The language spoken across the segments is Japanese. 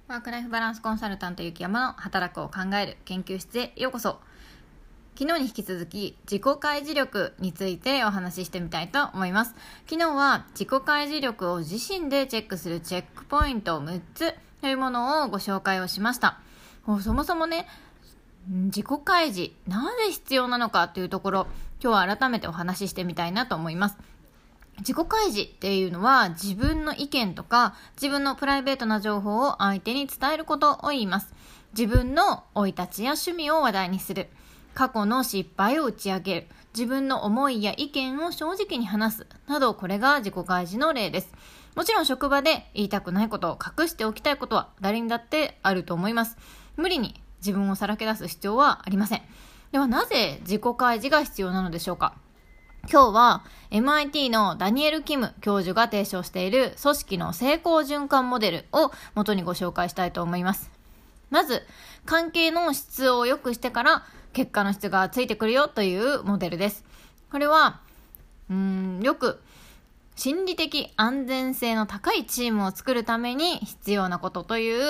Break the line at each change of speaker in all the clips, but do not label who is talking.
ワークライフバランスコンサルタント雪山の働くを考える研究室へようこそ。昨日に引き続き自己開示力についてお話ししてみたいと思います。昨日は自己開示力を自身でチェックするチェックポイント6つというものをご紹介をしました。そもそもね、自己開示なぜ必要なのかというところ、今日は改めてお話ししてみたいなと思います。自己開示っていうのは自分の意見とか自分のプライベートな情報を相手に伝えることを言います。自分の生い立ちや趣味を話題にする、過去の失敗を打ち明ける、自分の思いや意見を正直に話すなど、これが自己開示の例です。もちろん職場で言いたくないことを隠しておきたいことは誰にだってあると思います。無理に自分をさらけ出す必要はありません。ではなぜ自己開示が必要なのでしょうか。今日は MIT のダニエル・キム教授が提唱している組織の成功循環モデルを元にご紹介したいと思います。まず、関係の質を良くしてから結果の質がついてくるよというモデルです。これはよく心理的安全性の高いチームを作るために必要なことという、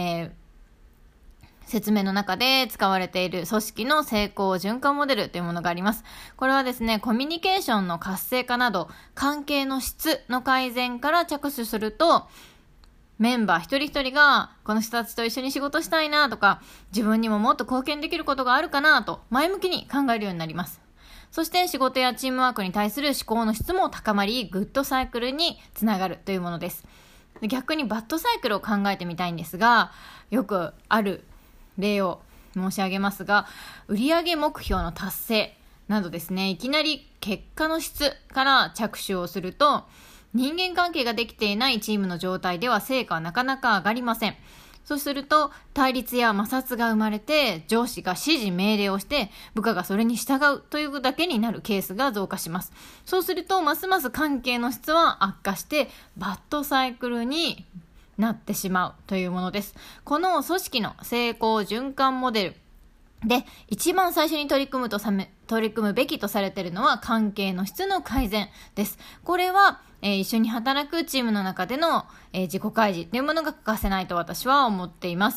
説明の中で使われている組織の成功循環モデルというものがあります。これはですね、コミュニケーションの活性化など関係の質の改善から着手すると、メンバー一人一人がこの人たちと一緒に仕事したいなとか、自分にももっと貢献できることがあるかなと前向きに考えるようになります。そして仕事やチームワークに対する思考の質も高まり、グッドサイクルにつながるというものです。逆にバッドサイクルを考えてみたいんですが、よくある例を申し上げますが、売上目標の達成などですね、いきなり結果の質から着手をすると、人間関係ができていないチームの状態では成果はなかなか上がりません。そうすると対立や摩擦が生まれて、上司が指示命令をして部下がそれに従うというだけになるケースが増加します。そうするとますます関係の質は悪化してバッドサイクルになってしまうというものです。この組織の成功循環モデルで一番最初に取り組むべきとされているのは関係の質の改善です。これは、一緒に働くチームの中での、自己開示というものが欠かせないと私は思っています。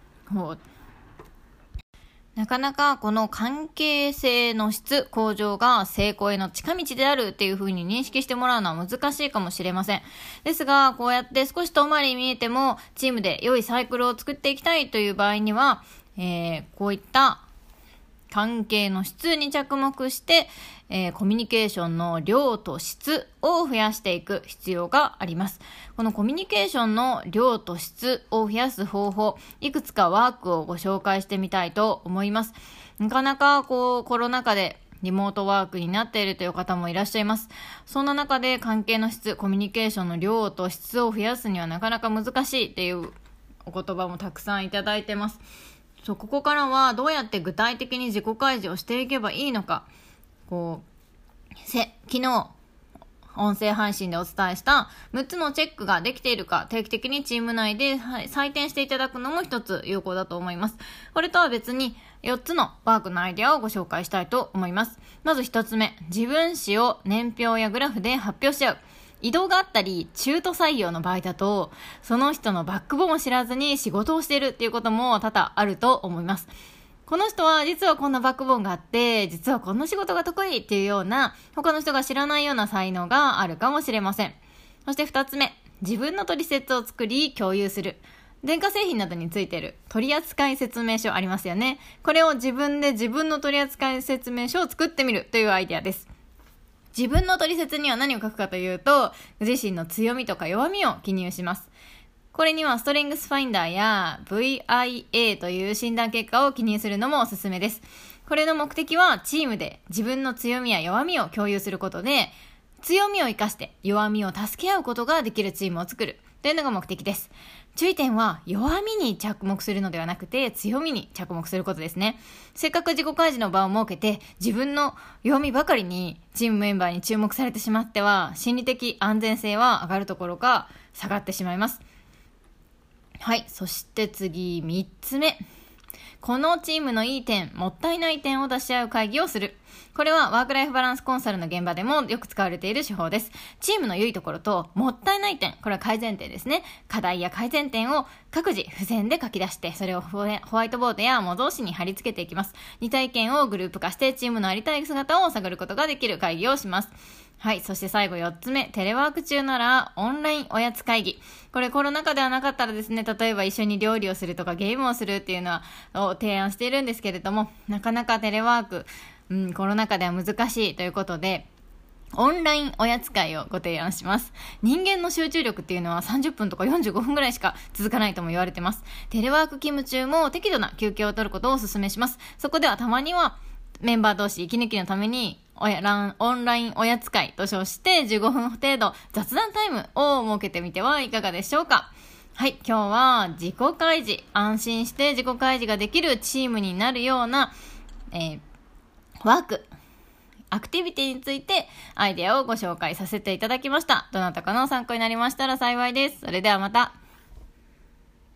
なかなかこの関係性の質向上が成功への近道であるっていう風に認識してもらうのは難しいかもしれません。ですが、こうやって少し遠回りに見えてもチームで良いサイクルを作っていきたいという場合には、こういった関係の質に着目して、コミュニケーションの量と質を増やしていく必要があります。このコミュニケーションの量と質を増やす方法、いくつかワークをご紹介してみたいと思います。なかなかコロナ禍でリモートワークになっているという方もいらっしゃいます。そんな中で関係の質、コミュニケーションの量と質を増やすにはなかなか難しいっていうお言葉もたくさんいただいてます。ここからはどうやって具体的に自己開示をしていけばいいのか、昨日音声配信でお伝えした6つのチェックができているか、定期的にチーム内で採点していただくのも一つ有効だと思います。これとは別に4つのワークのアイデアをご紹介したいと思います。まず1つ目、自分史を年表やグラフで発表し合う。移動があったり中途採用の場合だと、その人のバックボーンを知らずに仕事をしているっていうことも多々あると思います。この人は実はこんなバックボーンがあって、実はこんな仕事が得意っていうような他の人が知らないような才能があるかもしれません。そして2つ目、自分の取説を作り共有する。電化製品などについている取扱説明書ありますよね。これを自分で自分の取扱説明書を作ってみるというアイデアです。自分の取説には何を書くかというと、自身の強みとか弱みを記入します。これにはストレングスファインダーや VIA という診断結果を記入するのもおすすめです。これの目的はチームで自分の強みや弱みを共有することで、強みを生かして弱みを助け合うことができるチームを作るというのが目的です。注意点は弱みに着目するのではなくて強みに着目することですね。せっかく自己開示の場を設けて自分の弱みばかりにチームメンバーに注目されてしまっては、心理的安全性は上がるところか下がってしまいます。はい、そして次3つ目、 このチームのいい点、もったいない点を出し合う会議をする。これはワークライフバランスコンサルの現場でもよく使われている手法です。チームの良いところともったいない点、これは改善点ですね。課題や改善点を各自付箋で書き出して、それをホワイトボードや模造紙に貼り付けていきます。似た意見をグループ化してチームのありたい姿を探ることができる会議をします。はい。そして最後4つ目。テレワーク中ならオンラインおやつ会議。これコロナ禍ではなかったらですね、例えば一緒に料理をするとかゲームをするっていうのを提案しているんですけれども、なかなかテレワーク、コロナ禍では難しいということで、オンラインおやつ会をご提案します。人間の集中力っていうのは30分とか45分ぐらいしか続かないとも言われてます。テレワーク勤務中も適度な休憩を取ることをお勧めします。そこではたまにはメンバー同士息抜きのためにオンラインおやつ会と称して15分程度雑談タイムを設けてみてはいかがでしょうか。はい、今日は自己開示、安心して自己開示ができるチームになるような、ワーク、アクティビティについてアイデアをご紹介させていただきました。どなたかの参考になりましたら幸いです。それではまた。